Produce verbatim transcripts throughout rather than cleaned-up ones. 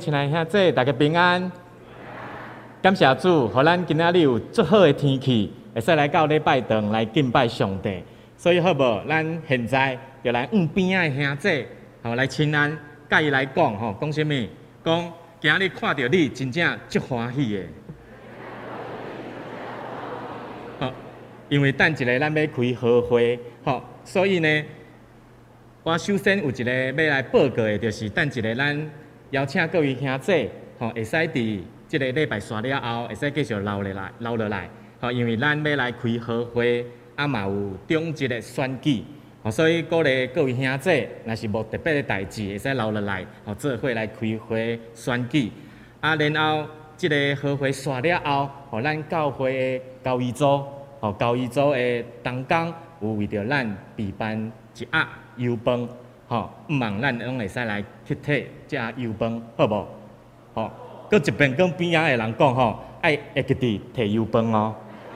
亲爱兄弟，大家平安。感谢主，互咱今仔日有足好的天气，会使来到礼拜堂来敬拜上帝。所以好无，咱现在就来岸边仔的兄弟，吼来亲安，甲伊来讲吼，讲啥物？讲今日看到你，真正足欢喜的。好，因为等一下咱要开好会，吼，所以呢，我首先有一个要来报告的，就是等一下咱邀请各位兄弟，吼，会使伫即个礼拜煞了后，会使继续留落来，留落来，吼，因为咱要来开好会，啊嘛有中一个选举，吼，所以鼓励各位兄弟，若是无特别的代志，会使留落来，吼，做伙来开会选举，啊，然后即个好会煞了后，吼，咱教会的教育组，吼，教育组的同工有为着咱备办一盒油饭，吼，毋望咱拢会使来去摕这盒油饭，好无？吼。搁一边跟边仔的人讲吼，爱会记得摕油饭哦。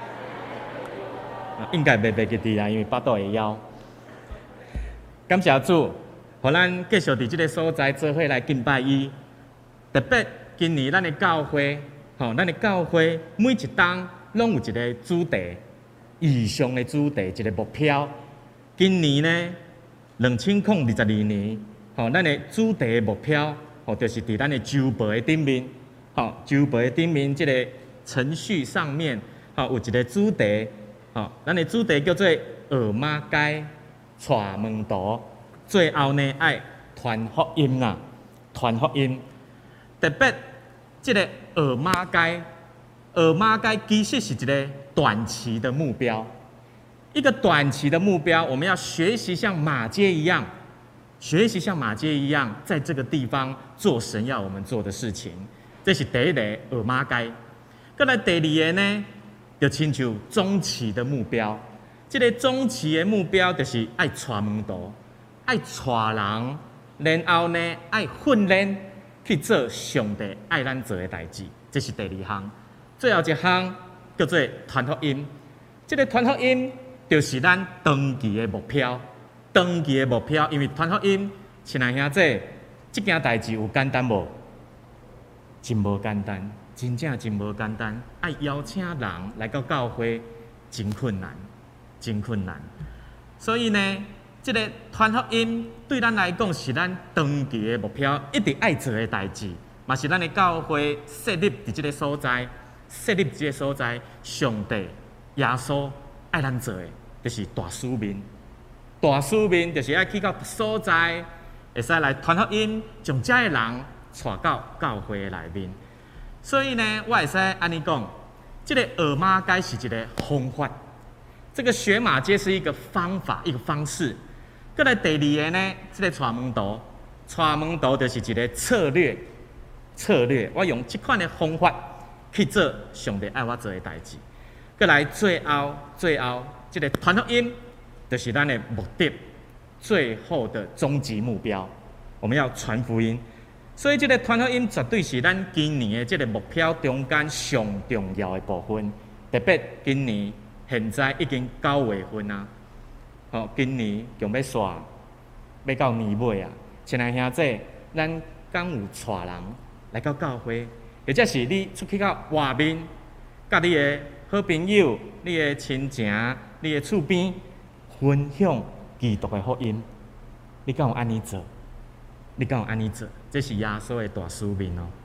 应该袂袂记得啦，因为巴肚会枵。感谢主，互咱继续伫即个所在做伙来敬拜伊。特别今年咱的教会，吼，咱的教会每一档拢有一个主题，异象的主题，一个目标。今年呢，两千零二十二年，吼，咱的主题的目标，吼，就是伫咱的周报的顶面。吼，周报的顶面即个程序上面，吼有一个主题，吼，咱的主题叫做鹅马街带门徒，最后呢爱传福音啊，传福音。特别即个鹅马街，鹅马街其实是一个短期的目标，一个短期的目标，我们要学习像马街一样，学习像马街一样，在这个地方做神要我们做的事情。这是第一个鹅马街，再来第二个呢，就亲像中期的目标。这个中期的目标就是爱带门徒，爱带人，然后呢爱训练去做上帝爱咱做的代志。这是第二项。最后一项叫做传福音。这个传福音就是咱长期的目标，长期的目标。因为传福音，亲爱兄弟，这件代志有简单无？真无简单，真正真无简单。爱邀请人来到教会，真困难，真困难。所以呢，这个传福音对咱来讲是咱长期的目标，一直爱做的代志，嘛是咱的教会设立伫这个所在，设立这个所在，上帝、耶稣爱咱做的，就是大使命。大使命就是爱去到所在，会使来传福音，将遮的人带到教会的内面，所以呢，我会使安尼讲，这个鹅马街是一个方法，这个学马街是一个方法，一个方式。再来第二个呢，这个带门徒，带门徒就是一个策略，策略。我用这款的方法去做上帝爱我做的代志。再来最后，最后这个传福音，就是咱的目的，最后的终极目标，我们要传福音。所以，这个传福音绝对是咱今年的这个目标中间上重要的部分。特别今年现在已经九月份啊，吼，今年仲要煞，要到年尾啊。亲爱兄弟，咱敢有带人来到教会，或者是你出去到外面，甲你的好朋友、你的亲情、你的厝边分享基督的福音，你敢有安尼做？你敢有安尼做？这是耶稣的大使命哦。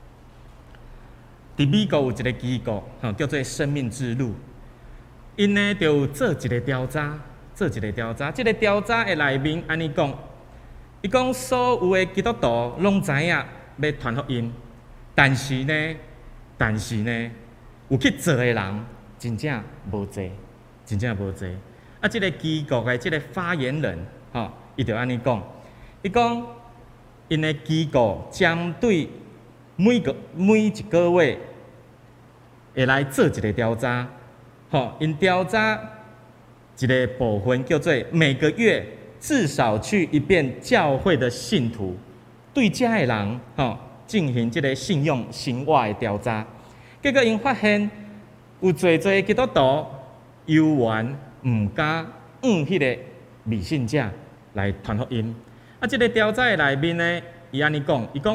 伫美国有一个机构，吼叫做生命之路，因呢就做一个调查，做一个调查。这个调查的内面安尼讲，伊讲所有的基督徒拢知影要传福音，但是呢，但是呢，有去做的人真正无济，真正无济。啊，这个机构的这个发言人，吼，伊就安尼讲，伊讲。因的机构针对每个每一个月会来做一个调查，吼，因调查一个部分叫做每个月至少去一遍教会的信徒，对这的人吼进行这个信用生活的调查。结果因发现有侪侪基督徒犹原唔敢向迄个未信者来传福音。啊，这个调查的内面呢，伊安尼讲，伊讲有百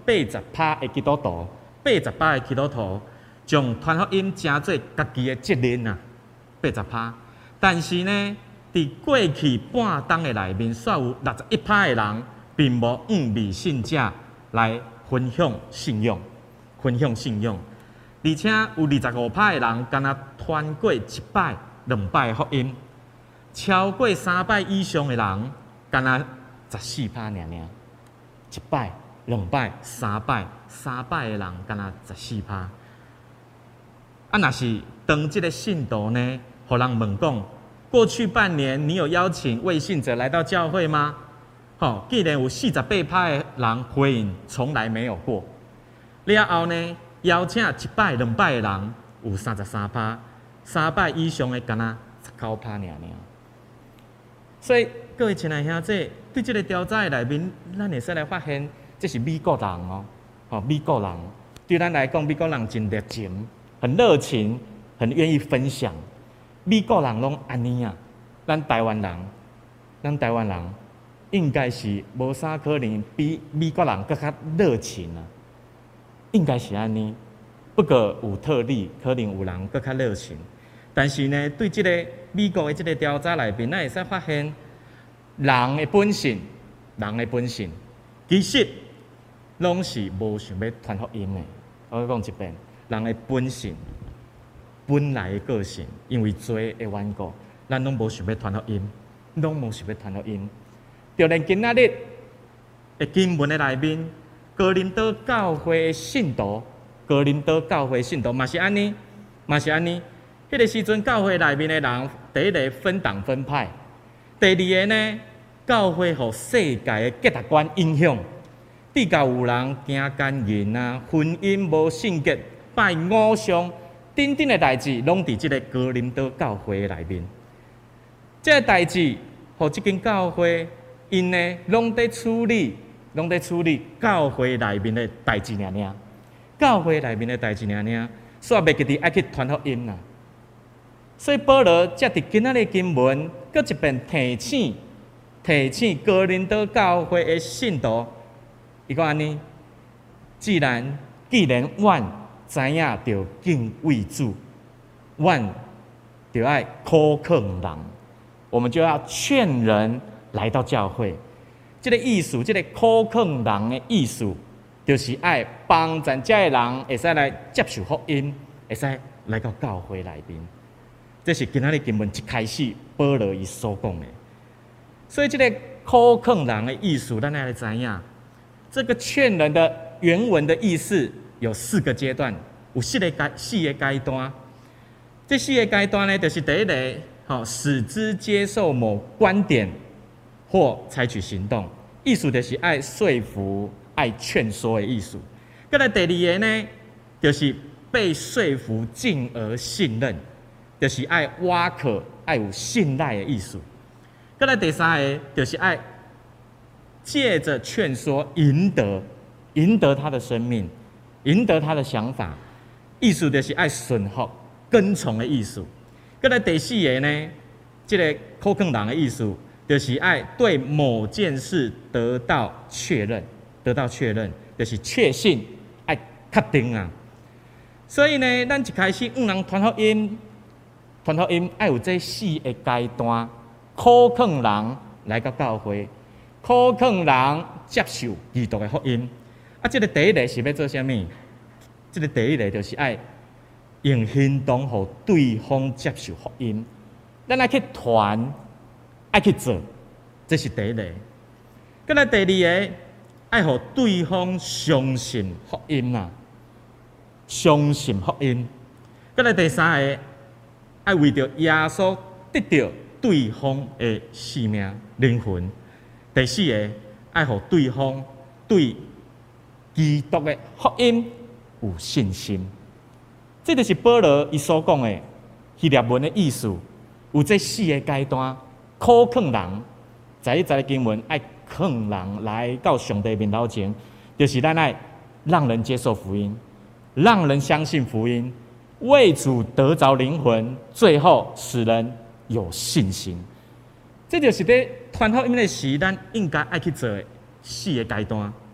八十趴的基督徒，八十趴的基督徒将传福音当做家己的责任啊，八十趴。但是呢，伫过去半冬的内面，煞有六十一趴的人，并无五味信者来分享信仰，分享信仰。而且有二十五趴的人，敢若传过一摆、两摆的福音，超过三摆以上的人，敢若十四趴尔尔。一摆、两摆、三摆，三摆的人敢若十四趴。啊，若是当这个信徒呢，互人问讲，过去半年你有邀请未信者来到教会吗？吼，既然有四十八趴的人回应从来没有过，了后呢，邀请一摆、两摆的人有三十三趴，三摆以上的敢若十九趴尔尔。所以各位亲爱兄弟，对这个调查的内面，咱会使来发现，这是美国人哦，吼，美国人对咱来讲，美国人真热情，很热情，很愿意分享。美国人拢安尼啊，咱台湾人，咱台湾人应该是无啥可能比美国人更较热情啊，应该是安尼。不过有特例，可能有人更较热情。但是呢，对这个美国的这个调查内面，咱会使发现，人的本性，人的本性，其实拢是无想要传福音的。我讲一遍，人的本性，本来的个性，因为罪的缘故，咱拢无想要传福音，拢无想要传福音。就连今仔日的经文的内面，哥林多教会的信徒，哥林多教会信徒嘛是安尼，嘛是安尼。迄个时阵，教会内面的人，第一个分党分派；第二个呢，教会互世界的价值观影响，比较有人惊奸淫啊、婚姻无圣洁、拜偶像等等的代志，拢伫即个哥林多教会内面。这个代志，互即间教会，因呢，拢在处理，拢在处理教会内面的代志尔尔。教会内面的代志尔尔，煞袂记得爱去传福音啦。所以保罗才伫今仔日经文，搁一遍提醒、提醒哥林多教会的信徒，伊讲安尼：既然既然阮知影着敬畏主，阮就爱苛刻人，我们就要劝人来到教会。这个意思，这个苛刻人的意思，就是爱帮咱遮的人会使来接受福音，会使来到教会内面。这是今仔日经文一开始保罗伊所讲的，所以这个苛刻人的意思，咱来知影。这个劝人的原文的意思有四个阶段，有四个阶四个阶段。这四个阶段呢，就是第一个，好、哦，使之接受某观点或采取行动，意思就是爱说服、爱劝说的意思。再来第二个呢，就是被说服进而信任。就是爱挖可爱有信赖的意思。再来第三个，就是爱借着劝说赢得赢得他的生命，赢得他的想法，意思就是爱顺服跟从的意思。再来第四个呢，这个苛刻人的意思，就是爱对某件事得到确认，得到确认，就是确信，爱确定啊。所以呢，咱一开始五人传福音。传福音爱有这四个阶段，苛刻人来到教会，苛刻人接受基督的福音。啊，这个第一个是要做啥物？这个第一个就是爱用行动互对方接受福音。咱爱去传，爱去做，这是第一个。再来第二个，爱互对方相信福音啊，相信福音。再来第三个。爱为着耶稣得到对方的性命灵魂。第四个，爱互对方对基督的福音有信心。这就是保罗伊所讲的希腊文的意思。有这四个阶段，苛刻人，在一在经文爱劝人来到上帝面头前，就是咱爱让人接受福音，让人相信福音。为主得着灵魂，最后使人有信心。这就是在传福音的时，咱应该爱去做的四个阶段。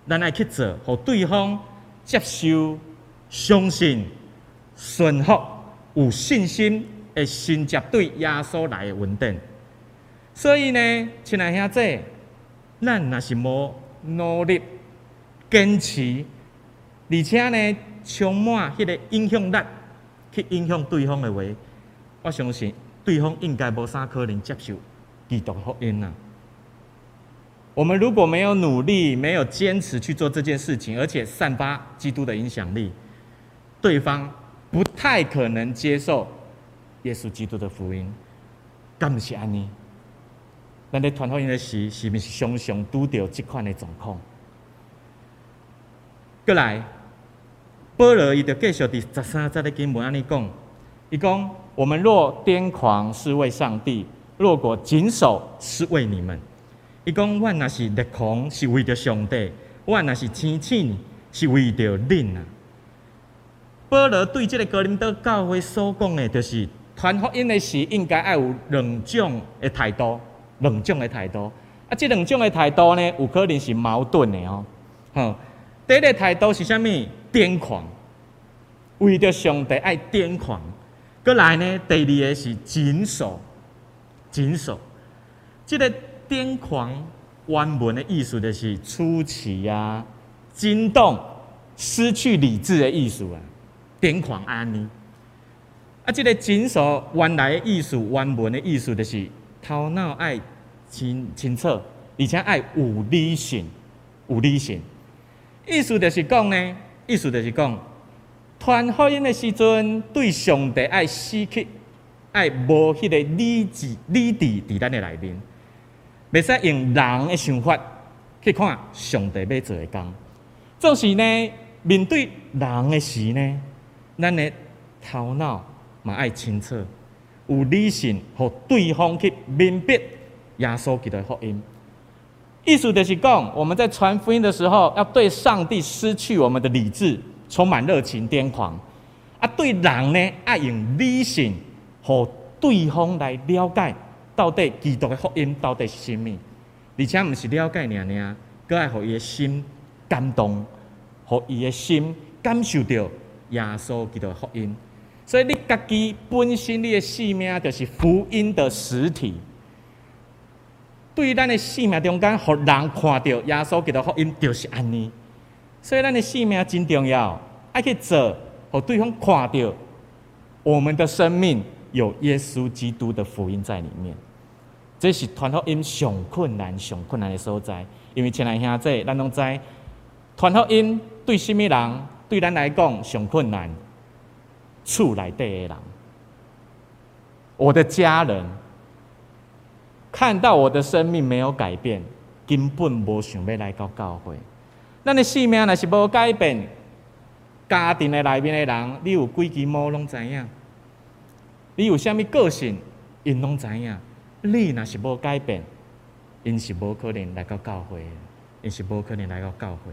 咱爱去做，互对方接受、相信、顺服、有信心，会信接对耶稣来的稳定。所以呢，亲爱兄弟，咱若是无努力、坚持，而且呢，充满迄个影响力去影响对方的话，我相信对方应该无啥可能接受基督福音啊。我们如果没有努力、没有坚持去做这件事情，而且散发基督的影响力，对方不太可能接受耶稣基督的福音。敢不是安尼？咱咧传福音的时，是不是常常拄到这款的状况？过来，保罗伊就继续伫十三节的经文安尼讲，伊讲：我们若癫狂，是为上帝；若果谨守，是为你们。伊讲：我若是烈狂，是为着上帝；我若是生气，是为着恁啊。保罗对这个哥林多教会所讲的，就是传福音的时，应该要有两种的态度，两种的态度。啊，这两种的态度呢，有可能是矛盾的哦。吼，第一个态度是啥物？癫狂，为着上帝爱癫狂。过来呢，第二个是谨守，谨守。这个癫狂原文的意思就是出奇啊、惊动、失去理智的意思啊。癫狂安尼。啊，这个谨守原来的意思，原文的意思就是头脑爱清清楚，而且爱有理性，有理性。意思就是讲呢，意思就是讲，传福音的时阵，对上帝爱失去，爱无迄个理智、理智伫咱的内面。袂使用人的想法去看上帝要做的工，总是呢面对人的时呢，咱的头脑嘛爱清楚，有理性，互对方去明白耶稣基督的福音。意思就是讲，我们在传福音的时候，要对上帝失去我们的理智，充满热情癫狂；啊，对人呢爱用理性，互对方来了解。到底基督的福音到底是甚么？而且唔是了解尔尔，佮爱互伊的心感动，互伊的心感受到耶稣基督的福音。所以你家己本身你的性命就是福音的实体。对于咱的性命中间，互人看到耶稣基督福音就是安尼。所以咱的性命真重要，爱去做，互对方看到我们的生命有耶稣基督的福音在里面。这是传福音上困难、上困难的所在，因为亲爱兄弟，咱拢知传福音对什么人？对咱来讲上困难，厝内底的人，我的家人看到我的生命没有改变，根本无想要来到教会。咱的性命若是无改变，家庭的内面的人，你有几支毛拢知影，你有啥物个性，因拢知影。你若是无改变，因是无可能来到教会的，因是无可能来到教会。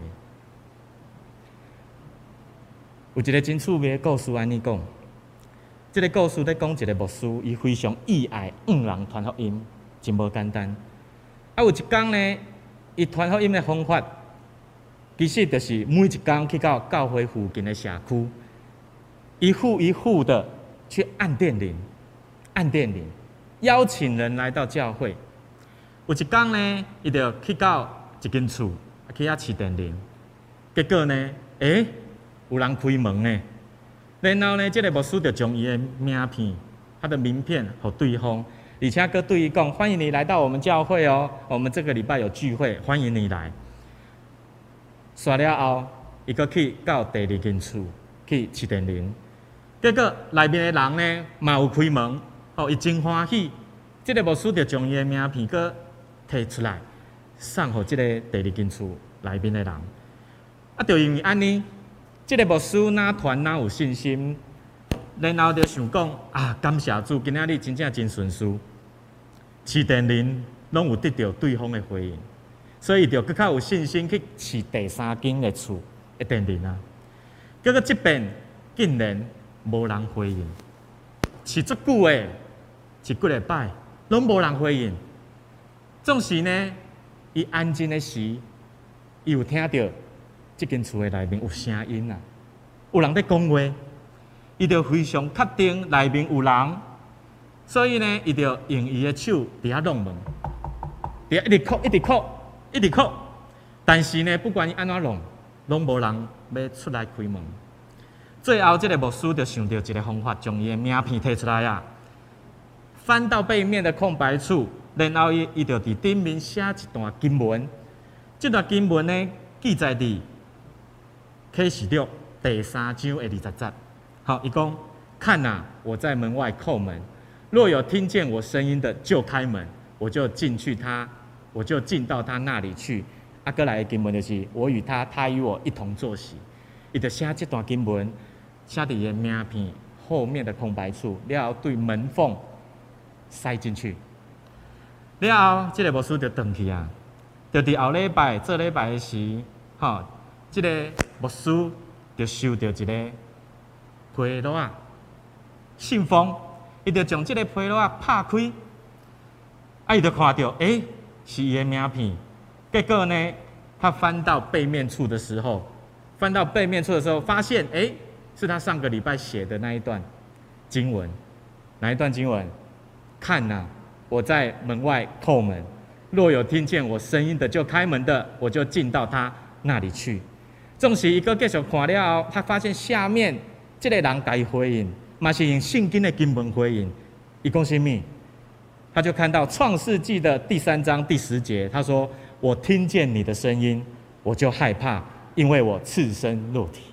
有一个真趣味的故事，安尼讲，这个故事在讲一个牧师，伊非常意爱向人传福音，真无简单。啊，有一天呢，伊传福音的方法，其实就是每一天去到教会附近的社区，一户一户的去按电铃，按电铃。邀请人来到教会。有一天呢，伊就去到一间厝，去遐试电铃。结果呢，诶、欸，有人开门呢。然后呢，这个牧师就将伊的名片、他的名片给对方，而且佮对伊讲：欢迎你来到我们教会哦，我们这个礼拜有聚会，欢迎你来。刷了后，伊佮去到第二间厝去试电铃。结果内面的人呢，嘛有开门。哦，伊真欢喜，这个牧师就将伊的名片搁摕出来，送给这个第二间厝内面的人。啊，就因为安尼，这个牧师哪团哪有信心，然后就想讲啊，感谢主，今仔日真正真顺遂，试电铃拢有得到对方的回应，所以就更较有信心去试第三间的厝的电铃啊。结果这边竟然无人回应，试足久的。一几礼拜，拢无人回应。总是呢，伊安静的时，伊有听到这间厝的内面有声音啊，有人在讲话，伊就非常确定内面有人，所以呢，伊就用伊的手伫遐弄门，伫遐一直敲，一直敲，一直敲。但是呢，不管伊安怎弄，拢无人要出来开门。最后，这个牧师就想到一个方法，将伊的名片摕出来啊，翻到背面的空白处，然后伊伊就伫顶面写一段经文。这段经文呢，记载伫启示录第三章的二十节。好，伊讲：看啊，我在门外叩门，若有听见我声音的，就开门，我就进去他，我就进到他那里去。啊，过来的经文就是我与他，他与我一同坐席。伊就写这段经文。写伫伊名片后面的空白处，了后对门缝塞进去。了后，这个牧师就转去啊，就伫后礼拜做礼拜的时，吼，这个牧师就收到一个批录啊信封，伊就将这个批录啊拍开，啊，伊就看到，诶、欸，是伊的名片。结果呢，他翻到背面处的时候，翻到背面处的时候，发现，诶、欸。是他上个礼拜写的那一段经文，哪一段经文？看呐、啊，我在门外叩门，若有听见我声音的，就开门的，我就进到他那里去。纵使一个继续看了后，他发现下面这个人该回应，嘛是用圣经的经文回应。伊讲什么？他就看到创世纪的第三章第十节，他说：“我听见你的声音，我就害怕，因为我赤身肉体。”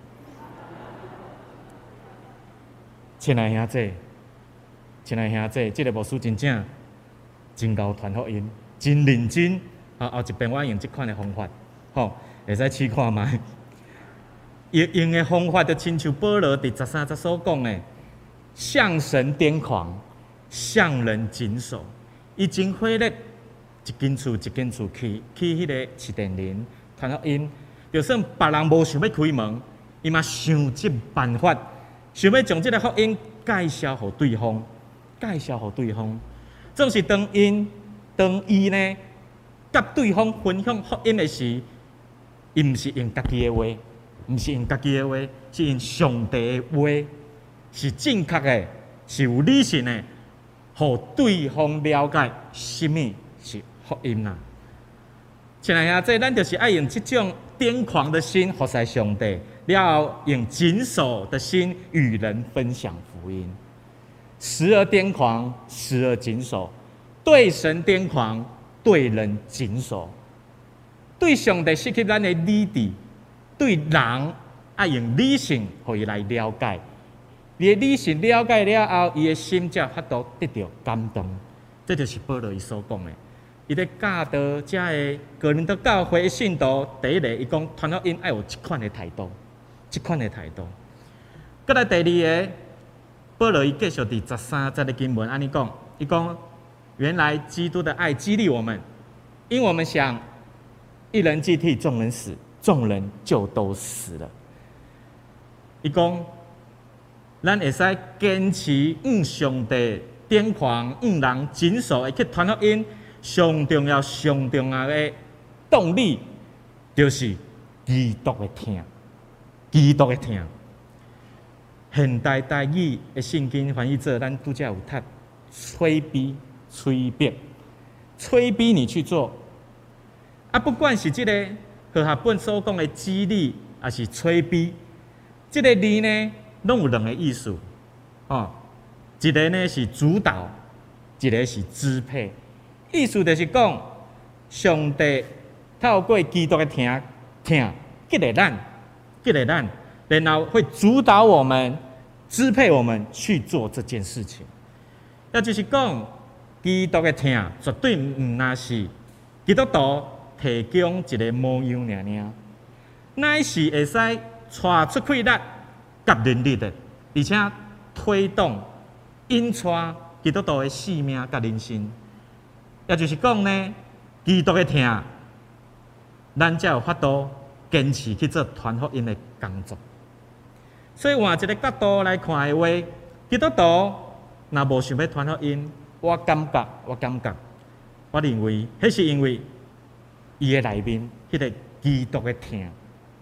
亲爱兄弟，亲爱兄弟，这个牧师真正真够传福音，真认真。啊，后一遍我用这款的方法，吼，会使试看卖。用用的方法就亲像保罗第十三节所讲的，向神癫狂，向人谨守。伊真火力，一间厝一间厝去去迄个市电林传福音，就算别人无想要开门，伊嘛想尽办法。想要将这个福音介绍给对方，介绍给对方。总是当因当伊呢，甲对方分享福音的时，伊毋是用家己的话，毋是用家己的话，是用上帝的话，是正确的，是有理性的，互对方了解什么是福音啊。亲爱兄弟，咱就是爱用这种癫狂的心服侍上帝。要用谨守的心与人分享福音，时而癫狂，时而谨守。对神癫狂，对人谨守。对上帝失去咱的理智，对人爱用理性，互伊来了解。伊的理性了解了后，伊的心才法度得到感动。这就是保罗伊所讲的。伊咧教导这个哥林多教会的信徒，第一个伊讲传福音爱有这款的态度。这款的态度，再来第二个，保罗伊继续第十三节的经文安尼讲，伊讲原来基督的爱激励我们，因我们想一人既替众人死，众人就都死了。伊讲，咱会使坚持向上帝癫狂，向人谨守，会去传福音。上重要、上重要的动力，就是基督的听。基督的听，现代台语的圣经翻译做，咱拄则有读催逼、催逼、催逼你去做。啊，不管是这个和合本所讲的激励，还是催逼，这个字呢，拢有两个意思。哦，一个呢是主导，一个是支配。意思就是讲，上帝透过基督的听听，激励咱。激励咱，然后会主导我们、支配我们去做这件事情。也就是讲，基督的听绝对唔那是基督徒提供一个模样尔尔，乃是会使带出气力、甲能力的，而且推动、引带基督徒的性命甲人生。也就是讲呢，基督的听，咱才有法度。坚持去做传福音的工作，所以换一个角度来看的话，基督徒若无想要传福音，我感觉，我感觉，我认为，迄是因为伊的内面迄个基督的听，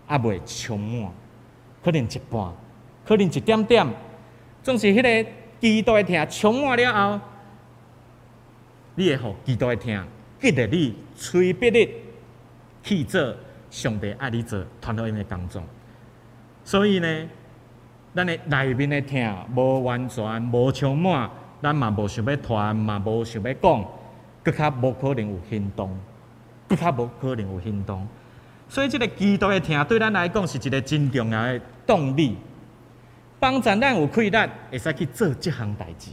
还未充满，可能一半，可能一点点，总是迄个基督的疼充满了后，你会互基督的疼激励你、催逼你去做上帝爱你做传福音的工作。所以呢，咱的内面的疼无完全、无充满，咱嘛无想要传，嘛无想要讲，更较无可能有行动，更较无可能有行动。所以，这个基督的疼对咱来讲是一个真重要的动力，帮助咱有气力，会使去做这项代志。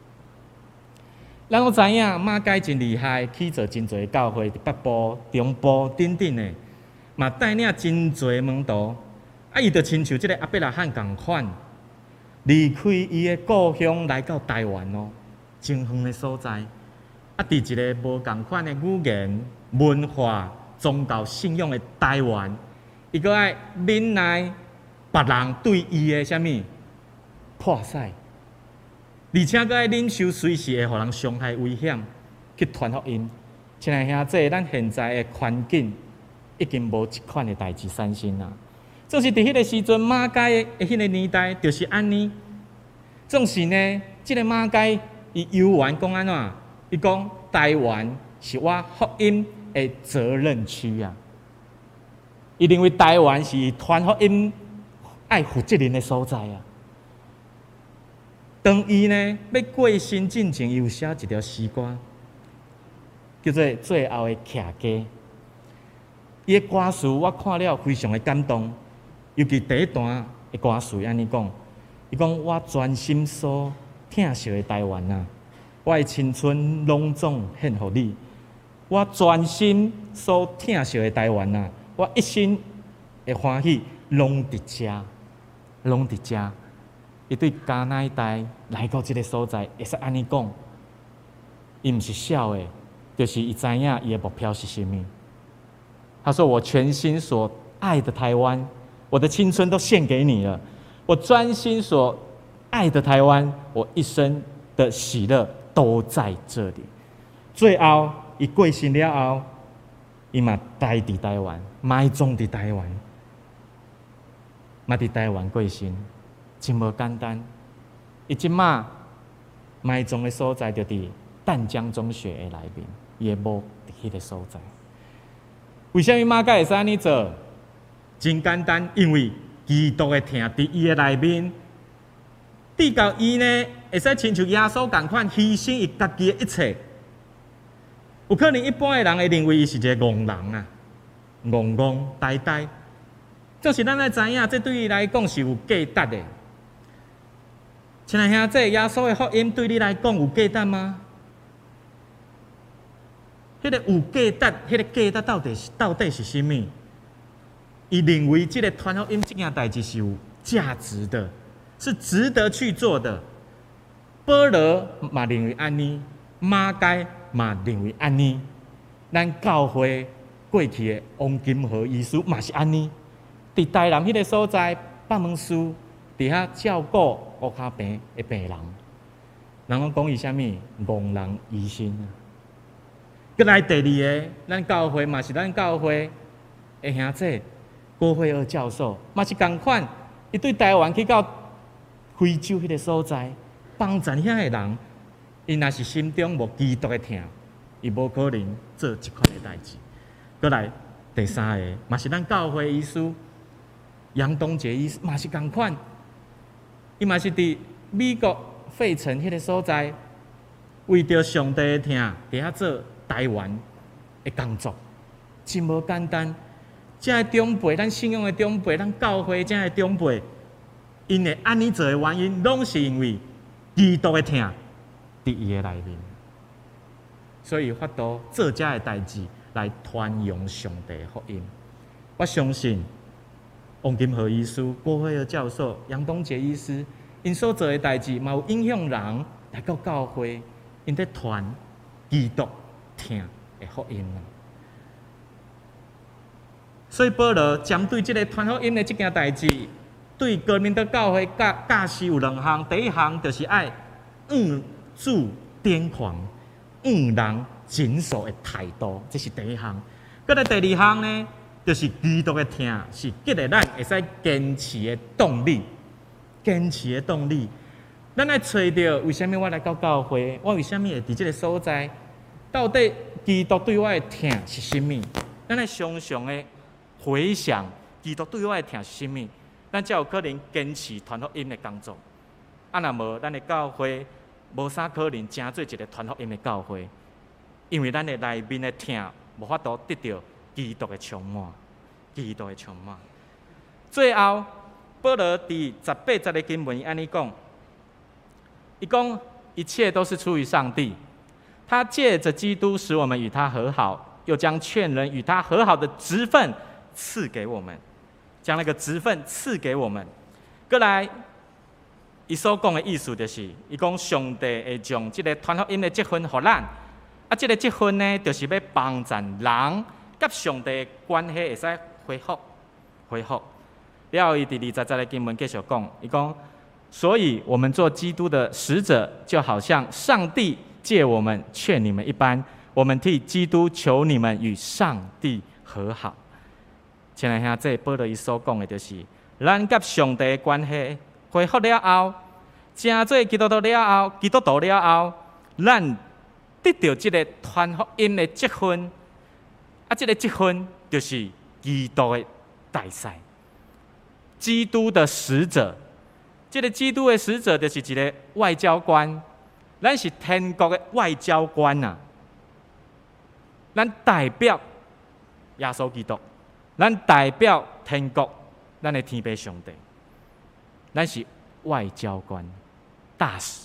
咱都知影马街真厉害，去做真侪教会，北部、中部等等的，嘛带领真侪门徒。啊，伊就亲像这个阿伯拉罕共款，离开伊的故乡来到台湾哦，真远的所在。啊，伫一个无共款的语言、文化、宗教信仰的台湾，伊阁爱忍耐别人对伊的啥物破坏，而且阁爱忍受随时会互人伤害危险去传福音。亲爱兄弟，咱现在的环境已经无即款的代志产生啦。总是伫迄个时阵，马街的迄个年代就是安尼。总是呢，即、这个马街伊游玩讲安怎？伊讲台湾是我福音的责任区啊！伊认为台湾是传福音爱负责任的所在啊。当伊呢要过身进前，伊有写一条诗歌，叫做《最后的徛家》。伊的歌词我看了非常的感动。尤其第一段的歌词安尼讲，伊讲我专心所疼惜的台湾啊，我的青春拢总献互你。我专心所疼惜的台湾啊，我一生的欢喜拢伫遮，拢伫遮。伊对加拿大来到这个所在，会使安尼讲，伊毋是笑的，就是伊知影伊的目标是啥物。他说：“我全心所爱的台湾。”我的青春都献给你了，我专心所爱的台湾，我一生的喜乐都在这里。最后，伊过身了后，伊嘛待伫台湾，埋葬伫台湾，嘛伫台湾过身，真无简单。伊即马埋葬的所在就伫淡江中学的内面，伊的墓伫迄个所在。为什么马街会使安尼做？真简单，因为基督的疼伫伊的内面，直到伊呢会使亲像耶稣共款牺牲伊家己的一切。有可能一般的人会认为伊是一个戆人啊，戆戆呆呆。就是咱来知影，这对伊来讲是有价值的。亲爱兄弟，耶稣的福音对你来讲有价值吗？迄、那个有价值，迄、那个价值到底是到底是什么？伊认为这个传福音这件代志是有价值的，是值得去做的。保罗嘛认为安尼，马街嘛认为安尼，咱教会过去的王金和医师嘛是安尼。伫台南迄个所在，北门市伫遐照顾乌骹病的病人，人讲讲伊啥物戆人医生啊。再来第二个，咱教会嘛是咱教会的兄弟。郭惠二教授嘛是同款，伊对台湾去到非洲迄个所在，帮助遐个人，伊若是心中无基督的疼，伊无可能做即款的代志。再来第三个，嘛是咱教会医师杨东杰医师，嘛是同款，伊嘛是伫美国费城迄个所在，为着上帝的疼，伫遐做台湾的工作，真无简单。这个长辈，咱信仰的长辈，咱教会这个长辈，因会安尼做的原因，拢是因为基督的疼伫伊的内面，所以法度做这个代志来传扬上帝的福音。我相信王金和医师、郭惠儿教授、杨东杰医师，因所做的代志，嘛有影响人来到教会，因在传基督疼的福音啊。所以保罗针对这个传福音的这件代志，对哥林多教会教教示有两项，第一项就是爱恩主癫狂、恩人谨守的态度，这是第一项。搁来第二项呢， 就是基督的疼，是激励咱会使坚持的动力，坚持的动力。咱来找到为什么我来到教会，我为什么会伫这个所在？到底基督对我的疼是甚物？咱来常常的回想，基督对我的疼是甚物？咱才有可能坚持传福音的工作。啊，若无咱的教会，无啥可能成做一个传福音的教会，因为咱的内面的疼无法度得到基督的充满，基督的充满。最后，保罗伫十八节的经文安尼讲。一共一切都是出于上帝，他借着基督使我们与他和好，又将劝人与他和好的职分赐给我们，将那个职分赐给我们。过来，伊所讲的意思就是，伊讲上帝会将这个传福音的职分给咱，啊，这个职分呢，就是要帮助人甲上帝的关系会使恢复，恢复。了后，伊第二十节的经文继续讲，伊讲。所以，我们做基督的使者，就好像上帝借我们劝你们一般，我们替基督求你们与上帝和好。亲爱兄弟，保罗伊所讲的就是，咱甲上帝的关系恢复了后，成做基督徒了后，基督徒了后，咱得到这个传福音的职分，啊，这个职分就是基督的大使，基督的使者。这个基督的使者就是一个外交官，咱是天国的外交官啊！咱代表耶稣基督，咱代表天国，咱的天父上帝，咱是外交官、大使。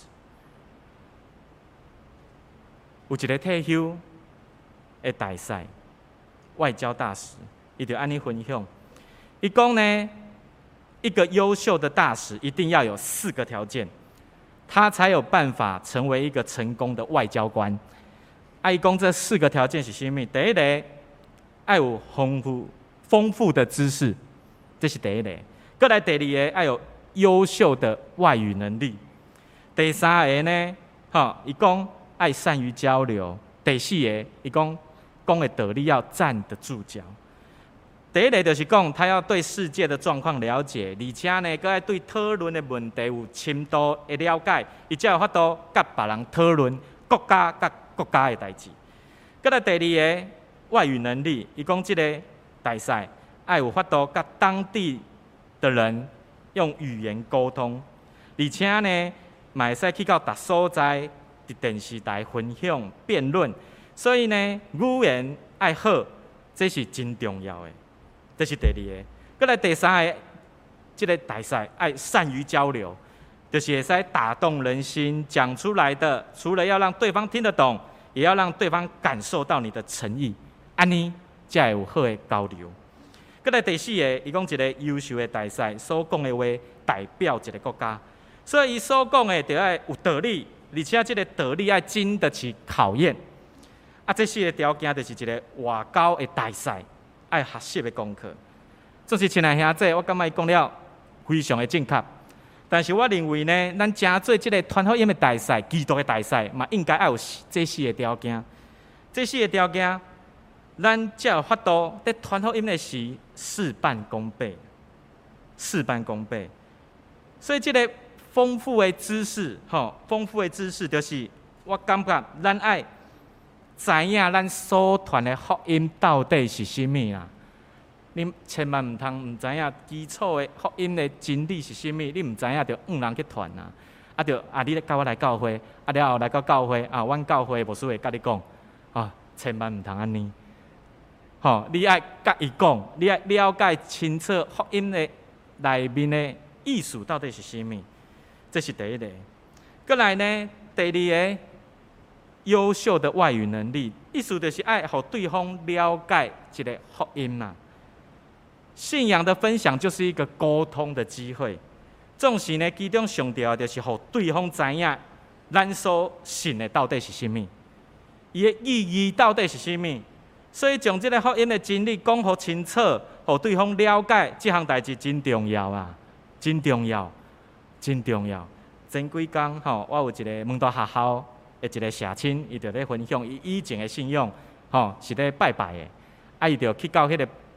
有一个退休的大使，外交大使，伊就安尼分享，伊讲呢。一个优秀的大使一定要有四个条件，他才有办法成为一个成功的外交官。爱讲这四个条件是什么？第一个，爱有丰富丰富的知识，这是第一个。再来第二个，爱有优秀的外语能力。第三个呢，哈，伊讲爱善于交流。第四个，伊讲讲的道理要站得住脚。第一个就是讲，他要对世界的状况了解，而且呢，佮要对讨论的问题有深度的了解，伊才有法度甲别人讨论国家甲国家的代志。佮来第二个外语能力，伊讲即个大使爱有法度甲当地的人用语言沟通，而且呢，嘛会使去到达所在，伫电视台分享辩论。所以呢，语言爱好，这是真重要的。这是第二个，再来第三个，这个大使爱善于交流，就是会使打动人心，讲出来的，除了要让对方听得懂，也要让对方感受到你的诚意，安尼才会有好的交流。再来第四个，伊讲一个优秀的大使所讲的话代表一个国家，所以伊所讲的就要有道理，而且这个道理要经得起考验。啊，这四个条件就是一个外交的大使。爱学习的功课，这是亲爱兄弟，我感觉伊讲了非常的正确。但是我认为呢，咱真做这个传福音的大使、基督的大使，嘛应该要有这四个条件。这四个条件，咱才有法度在传福音的时事半功倍，事半功倍。所以这个丰富的知识，吼，丰富的知识就是我感觉咱爱。知影咱所传的福音到底是甚物啦？你千万唔通唔知影基础的福音的真理是甚物，你唔知影就硬人去传啊！啊，就啊，你甲我来教会，啊了后来到教会啊，阮教会牧师会甲你讲，啊，千万唔通安尼。吼、哦，你爱甲伊讲，你爱了解清楚福音的内面的意思到底是甚物，这是第一个。过来呢，第二个。优秀的外语能力，意思就是爱让对方了解这个福音呐。信仰的分享就是一个沟通的机会，总是呢，其中上重要就是让对方知影咱所信的到底是甚物，伊的意义到底是甚物。所以将这个福音的真理讲好清楚，让对方了解这项代志真重要啊，真重要，真重要。前几天吼，我有一个门大学校。一个社亲，伊就咧分享伊以前的信仰，吼、哦、是咧拜拜的，啊，伊就去到迄个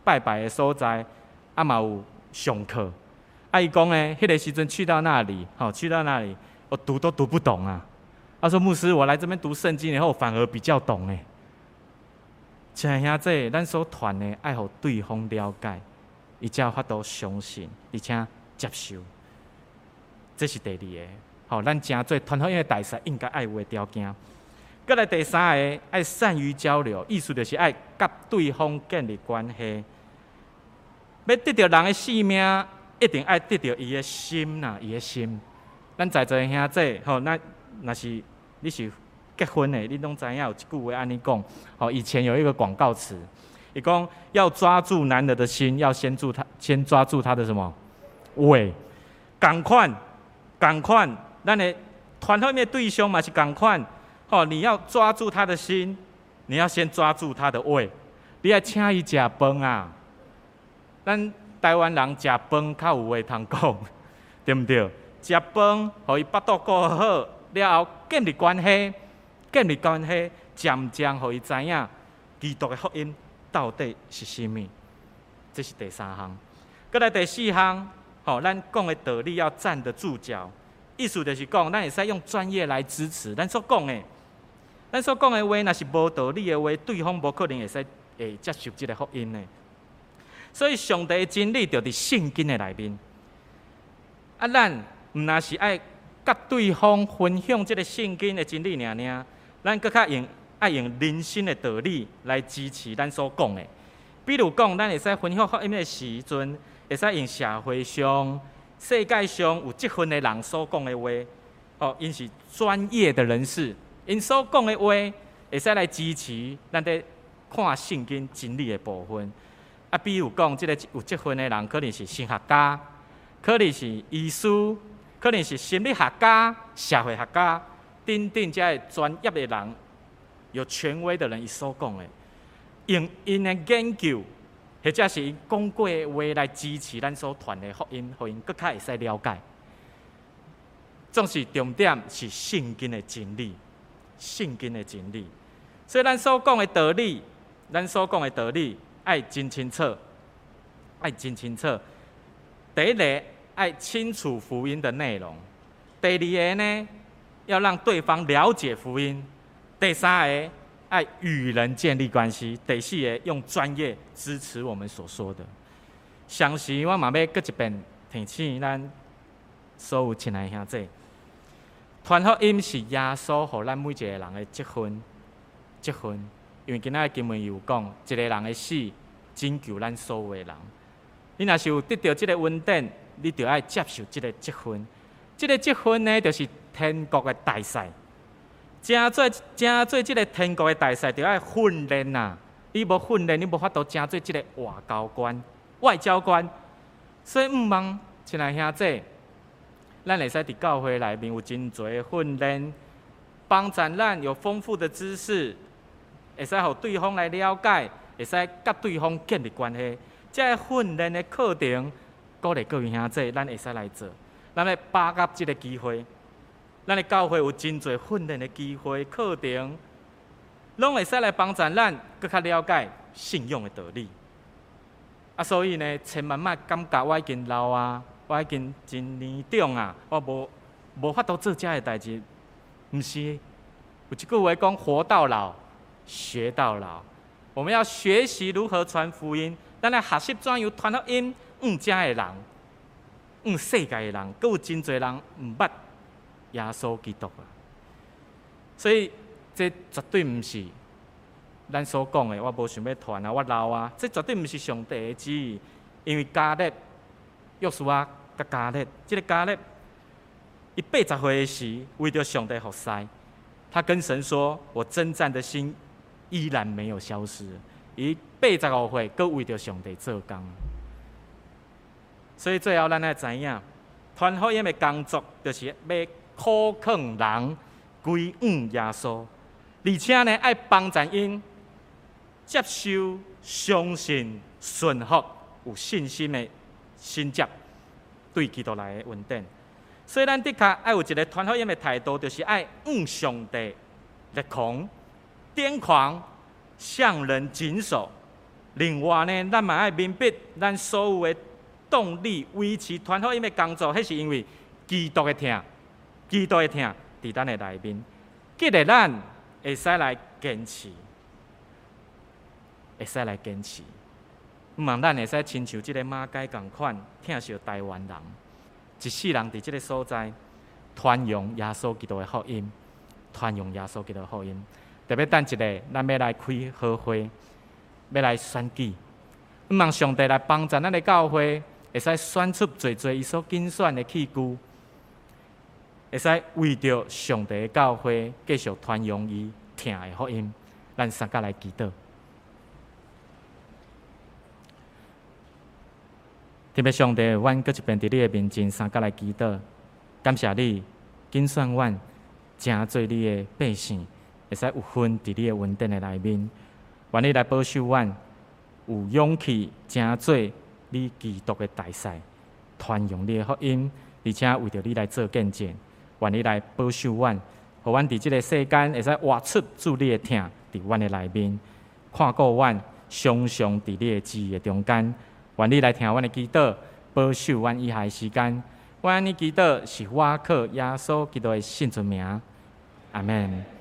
拜拜的所在，啊嘛有上课。啊，伊讲呢，迄个时阵去到那里，好、哦，去到那里，我读都读不懂啊。他说：“牧师，我来这边读圣经以后，反而比较懂呢。”亲爱兄弟，咱所传的爱互对方了解，伊才有法度相信，而且接受。这是第二个，好、哦，咱真做传福音的大使应该爱有的条件。再来第三个，爱善于交流，意思就是爱甲对方建立关系。要得到人的性命，一定爱得到伊的心呐，伊的心。咱在座兄弟，吼、哦，那若是你是结婚的，你拢知影有一句话安尼讲。好，以前有一个广告词，伊讲要抓住男人的心，要先住他，先抓住他的什么胃。同款，同款，咱的传福音的对象嘛是同款。哦，你要抓住他的心，你要先抓住他的胃。你要请伊食饭啊！咱台湾人食饭较有话通讲，对不对？食饭，互伊腹肚顾好了后，建立关系，建立关系，渐渐互伊知影基督的福音到底是啥物。这是第三项。再来第四项，吼、哦，咱讲的道理要站得住脚，意思就是讲，咱会使用专业来支持咱所讲的。咱所讲的话，若是无道理的话，对方无可能会使会接受这个福音的。所以，上帝的真理就伫圣经的内面。啊，咱毋若是爱甲对方分享这个圣经的真理尔尔，咱搁较用爱用人生的道理来支持咱所讲的。比如讲，咱会使分享福音的时阵，会使用社会上、世界上有积分的人所讲的话，哦，因是专业的人士。因所讲的话，会使来支持咱伫看圣经真理的部分。啊，比如讲，即、這個有积分的人，可能是神学家，可能是医师，可能是心理学家、社会学家，等等这些专业的人，有权威的人，伊所讲的，用因的研究，或者是因讲过的话来支持咱所传的福音，互因更较会使了解。总是重点是圣经的真理。圣经的真理，所以咱所讲的道理，咱所讲的道理，爱真清楚，爱真清楚。第一个，爱清楚福音的内容；第二个呢，要让对方了解福音；第三个，爱与人建立关系；第四个，用专业支持我们所说的。详细我嘛要搁一遍提醒咱所有亲爱兄弟。传福音是耶稣互咱每一个人的积分，积分。因为今仔日经文有讲，一个人的死拯救咱所有的人。你若是有得到这个恩典，你就要接受这个积分。这个积分呢，就是天国的大赛。正做正做这个天国的大赛，就要训练呐。你无训练，你无法度正做这个外交官、外交官。所以毋茫，亲爱兄弟。咱会使伫教会内面有真侪的训练，帮助咱有丰富的知识，会使互对方来了解，会使甲对方建立关系。这个训练的课程，鼓励各位兄弟，咱会使来做。咱要把握这个机会，咱的教会有真侪训练的机会、课程，拢会使来帮助咱更较了解信仰的道理。啊，所以呢，千万莫感觉我已经老啊。我已经真年长啊，我无无法度做这个代志。毋是，有一句话讲：活到老，学到老。我们要学习如何传福音，咱来学习怎样传福音，毋遮的人，毋世界的人，阁有真侪人毋捌耶稣基督啊。所以，这绝对毋是咱所讲的。我无想要传啊，我老啊，这绝对毋是上帝的旨意，因为加勒。约书亚甲加勒，这个加勒，伊八十岁时为着上帝服侍，他跟神说：“我征战的心依然没有消失。”伊八十五岁，阁为着上帝做工。所以最后咱要知影，传福音的工作就是要苦劝人归向耶稣，而且呢，爱帮助因接受、相信、顺服、有信心的。新接对基督来的恩典，所以咱的确爱有一个传福音的态度，就是爱向上帝力狂、癫狂，向人谨守， 另外呢，咱嘛爱明白，咱所有的动力维持传福音的工作，迄是因为基督的疼，基督的疼伫咱的内面，激励咱会使来坚持，会使来坚持。毋望咱会使亲像即个马街共款，疼惜台湾人，一世人伫即个所在传扬耶稣基督的福音，传扬耶稣基督的福音。特别等一个，咱要来开好会，要来选举，毋望上帝来帮助咱的教会，会使选出最最伊所拣选的器具，会使为着上帝的教会继续传扬伊疼的福音。咱三甲来祈祷。特别上帝，阮搁一遍伫你的面前，三甲来祈祷，感谢你拣选阮，成做你的百姓，会使有份伫你的恩典的内面。愿你来保守阮，有勇气成做你基督的大使，传扬你的福音，而且为着你来做见证。愿你来保守阮，互阮伫即个世间会使活出主你的疼伫阮的内面，看顾阮，常常伫你的旨意的中间。愿你来听阮的祈祷，保守阮以下的时间。阮的祈祷是我靠耶稣基督的圣尊名，阿门。